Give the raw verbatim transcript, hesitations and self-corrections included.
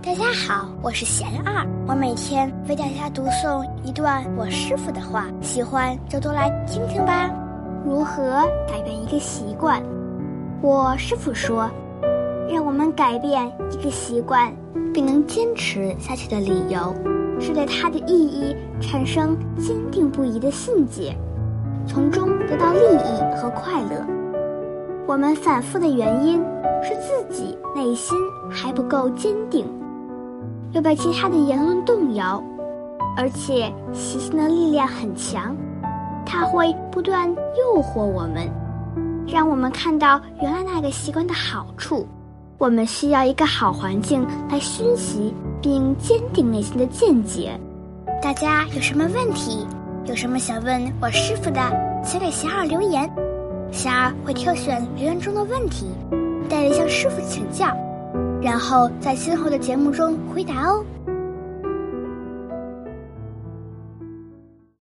大家好，我是贤二，我每天为大家读诵一段我师父的话，喜欢就多来听听吧。如何改变一个习惯？我师父说，让我们改变一个习惯并能坚持下去的理由，是对它的意义产生坚定不移的信解，从中得到利益和快乐。我们反复的原因是自己内心还不够坚定，又被其他的言论动摇，而且习性的力量很强，它会不断诱惑我们，让我们看到原来那个习惯的好处。我们需要一个好环境来熏习并坚定内心的见解。大家有什么问题，有什么想问我师父的，请给贤儿留言，贤儿会挑选留言中的问题，带着向师父请教，然后在今后的节目中回答哦。